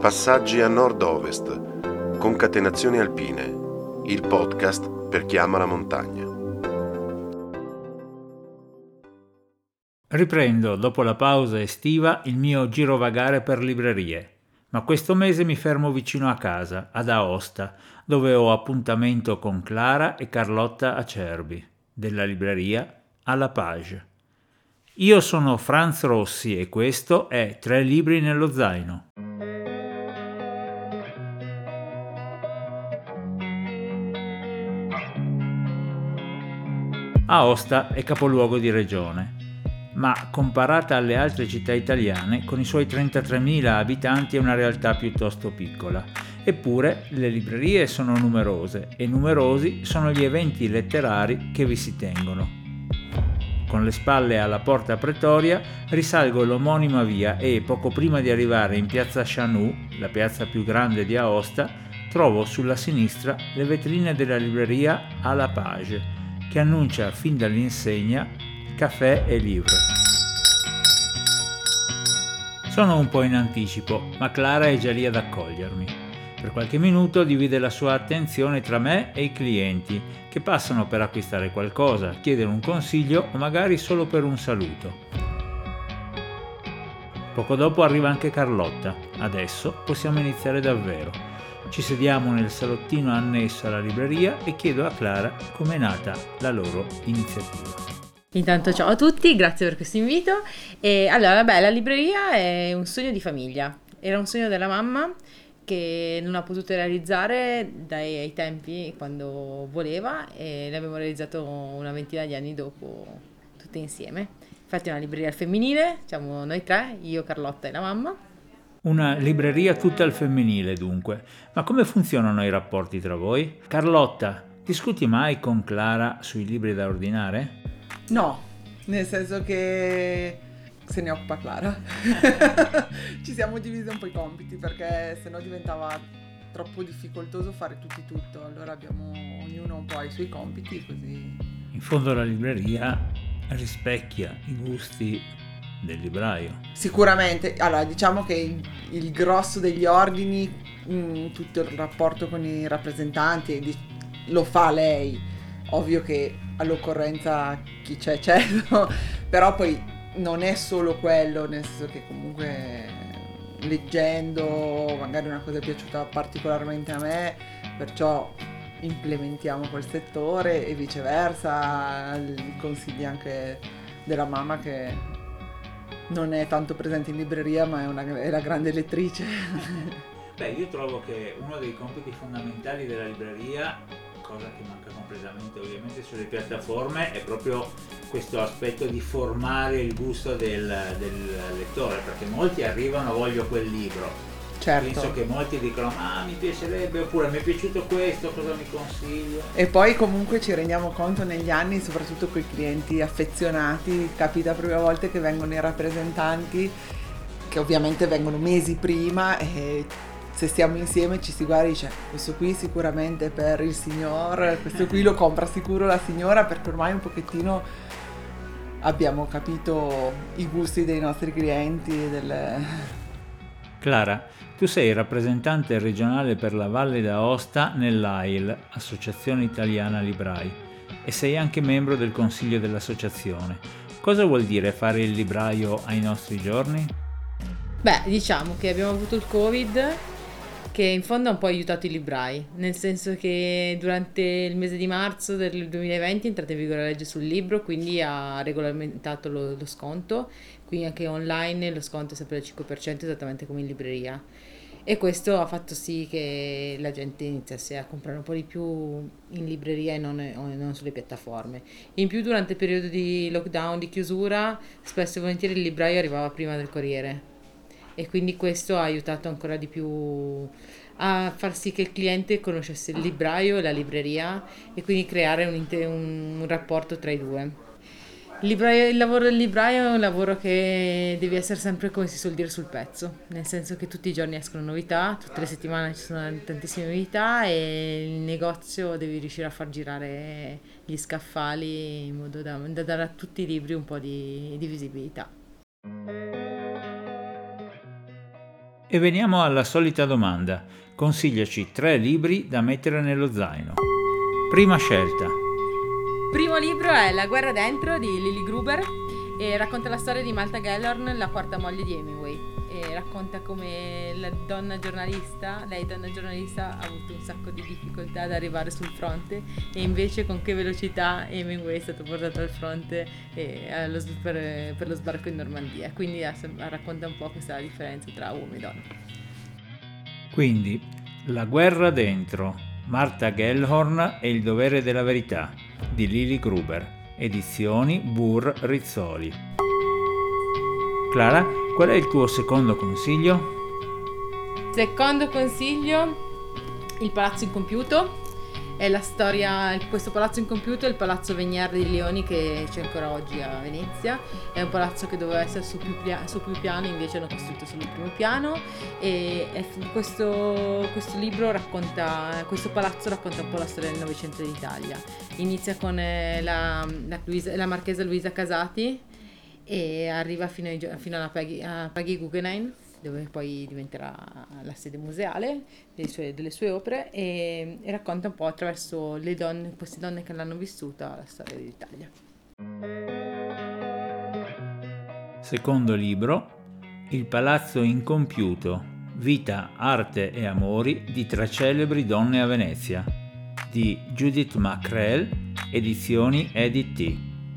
Passaggi a nord-ovest, concatenazioni alpine, il podcast per chi ama la montagna. Riprendo dopo la pausa estiva il mio girovagare per librerie, ma questo mese mi fermo vicino a casa, ad Aosta, dove ho appuntamento con Clara e Carlotta Acerbi, della libreria Alla Page. Io sono Franz Rossi e questo è 3 libri nello zaino. Aosta è capoluogo di regione, ma comparata alle altre città italiane, con i suoi 33.000 abitanti è una realtà piuttosto piccola. Eppure le librerie sono numerose e numerosi sono gli eventi letterari che vi si tengono. Con le spalle alla Porta Pretoria risalgo l'omonima via e poco prima di arrivare in piazza Chanou, la piazza più grande di Aosta, trovo sulla sinistra le vetrine della libreria À la Page, che annuncia fin dall'insegna caffè e livre. Sono un po' in anticipo, ma Clara è già lì ad accogliermi. Per qualche minuto divide la sua attenzione tra me e i clienti, che passano per acquistare qualcosa, chiedere un consiglio o magari solo per un saluto. Poco dopo arriva anche Carlotta. Adesso possiamo iniziare davvero. Ci sediamo nel salottino annesso alla libreria e chiedo a Clara com'è nata la loro iniziativa. Intanto ciao a tutti, grazie per questo invito. La libreria è un sogno di famiglia. Era un sogno della mamma che non ha potuto realizzare dai tempi quando voleva e l'abbiamo realizzato una ventina di anni dopo, tutte insieme. Infatti è una libreria al femminile, siamo noi tre, io, Carlotta e la mamma. Una libreria tutta al femminile, dunque. Ma come funzionano i rapporti tra voi? Carlotta, discuti mai con Clara sui libri da ordinare? No, nel senso che se ne occupa Clara. Ci siamo divisi un po' i compiti perché sennò diventava troppo difficoltoso fare tutti tutto. Allora abbiamo ognuno un po' i suoi compiti, così. In fondo la libreria rispecchia i gusti del libraio. Sicuramente, allora diciamo che il grosso degli ordini, tutto il rapporto con i rappresentanti lo fa lei. Ovvio che all'occorrenza chi c'è, no? Però poi non è solo quello, nel senso che comunque leggendo magari una cosa è piaciuta particolarmente a me, perciò implementiamo quel settore e viceversa, i consigli anche della mamma che non è tanto presente in libreria ma è la grande lettrice. Beh, io trovo che uno dei compiti fondamentali della libreria, cosa che manca completamente ovviamente sulle piattaforme, è proprio questo aspetto di formare il gusto del lettore, perché molti arrivano voglio quel libro. Certo. Penso che molti dicono ma mi piacerebbe, oppure mi è piaciuto questo, cosa mi consiglia? E poi comunque ci rendiamo conto negli anni, soprattutto con i clienti affezionati, capita prime volte che vengono i rappresentanti, che ovviamente vengono mesi prima e se stiamo insieme ci si guarda e dice questo qui sicuramente per il signor, questo qui lo compra sicuro la signora, perché ormai un pochettino abbiamo capito i gusti dei nostri clienti. Clara, tu sei rappresentante regionale per la Valle d'Aosta nell'AIL, Associazione Italiana Librai, e sei anche membro del consiglio dell'associazione. Cosa vuol dire fare il libraio ai nostri giorni? Beh, diciamo che abbiamo avuto il Covid che in fondo ha un po' aiutato i librai, nel senso che durante il mese di marzo del 2020 è entrata in vigore la legge sul libro, quindi ha regolamentato lo sconto, quindi anche online lo sconto è sempre del 5% esattamente come in libreria. E questo ha fatto sì che la gente iniziasse a comprare un po' di più in libreria e non sulle piattaforme. In più durante il periodo di lockdown, di chiusura, spesso e volentieri il libraio arrivava prima del corriere. E quindi questo ha aiutato ancora di più a far sì che il cliente conoscesse il libraio e la libreria e quindi creare un rapporto tra i due. Il lavoro del libraio è un lavoro che devi essere sempre, come si suol dire, sul pezzo, nel senso che tutti i giorni escono novità, tutte le settimane ci sono tantissime novità e il negozio devi riuscire a far girare gli scaffali in modo da dare a tutti i libri un po' di visibilità. E veniamo alla solita domanda. Consigliaci 3 libri da mettere nello zaino. Prima scelta. Primo libro è La guerra dentro di Lily Gruber e racconta la storia di Malta Gellhorn, la quarta moglie di Hemingway. E racconta come lei donna giornalista, ha avuto un sacco di difficoltà ad arrivare sul fronte e invece con che velocità Hemingway è stato portato al fronte per lo sbarco in Normandia. Quindi racconta un po' questa differenza tra uomo e donna. Quindi, La guerra dentro, Malta Gellhorn e il dovere della verità di Lily Gruber, edizioni Burr Rizzoli. Clara, qual è il tuo secondo consiglio? Secondo consiglio, Il palazzo incompiuto. È la storia, questo palazzo incompiuto è il palazzo Venier di Leoni che c'è ancora oggi a Venezia. È un palazzo che doveva essere su più piani, invece hanno costruito solo il primo piano. Questo palazzo racconta un po' la storia del Novecento d'Italia. Inizia con la marchesa Luisa Casati e arriva fino alla Peggy Guggenheim, dove poi diventerà la sede museale delle sue opere e racconta un po' attraverso queste donne che l'hanno vissuta la storia d'Italia. Secondo libro, Il palazzo incompiuto, vita, arte e amori di 3 celebri donne a Venezia di Judith Mackrell, edizioni Edit T.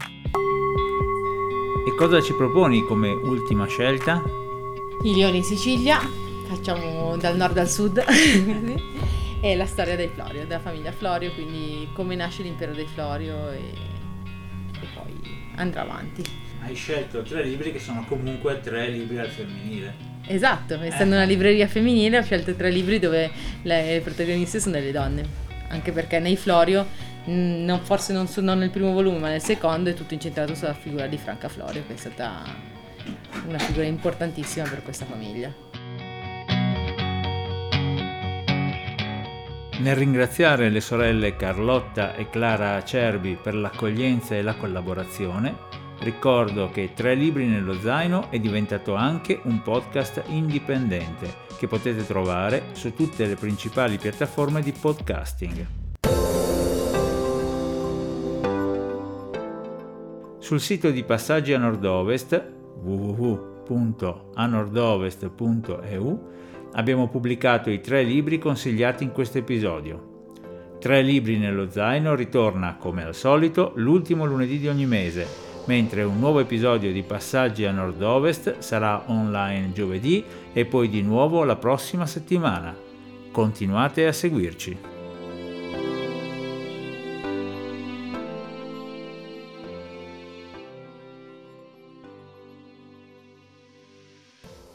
E cosa ci proponi come ultima scelta? I Leoni in Sicilia, facciamo dal nord al sud, è la storia dei Florio, della famiglia Florio, quindi come nasce l'impero dei Florio e poi andrà avanti. Hai scelto 3 libri che sono comunque 3 libri al femminile. Esatto, essendo una libreria femminile ho scelto 3 libri dove le protagoniste sono delle donne, anche perché nei Florio, non nel primo volume ma nel secondo, è tutto incentrato sulla figura di Franca Florio, che è stata una figura importantissima per questa famiglia. Nel ringraziare le sorelle Carlotta e Clara Acerbi per l'accoglienza e la collaborazione, ricordo che 3 libri nello zaino è diventato anche un podcast indipendente che potete trovare su tutte le principali piattaforme di podcasting. Sul sito di Passaggi a Nord-Ovest www.anordovest.eu abbiamo pubblicato i 3 libri consigliati in questo episodio. 3 libri nello zaino ritorna, come al solito, l'ultimo lunedì di ogni mese, mentre un nuovo episodio di Passaggi a Nord-Ovest sarà online giovedì e poi di nuovo la prossima settimana. Continuate a seguirci.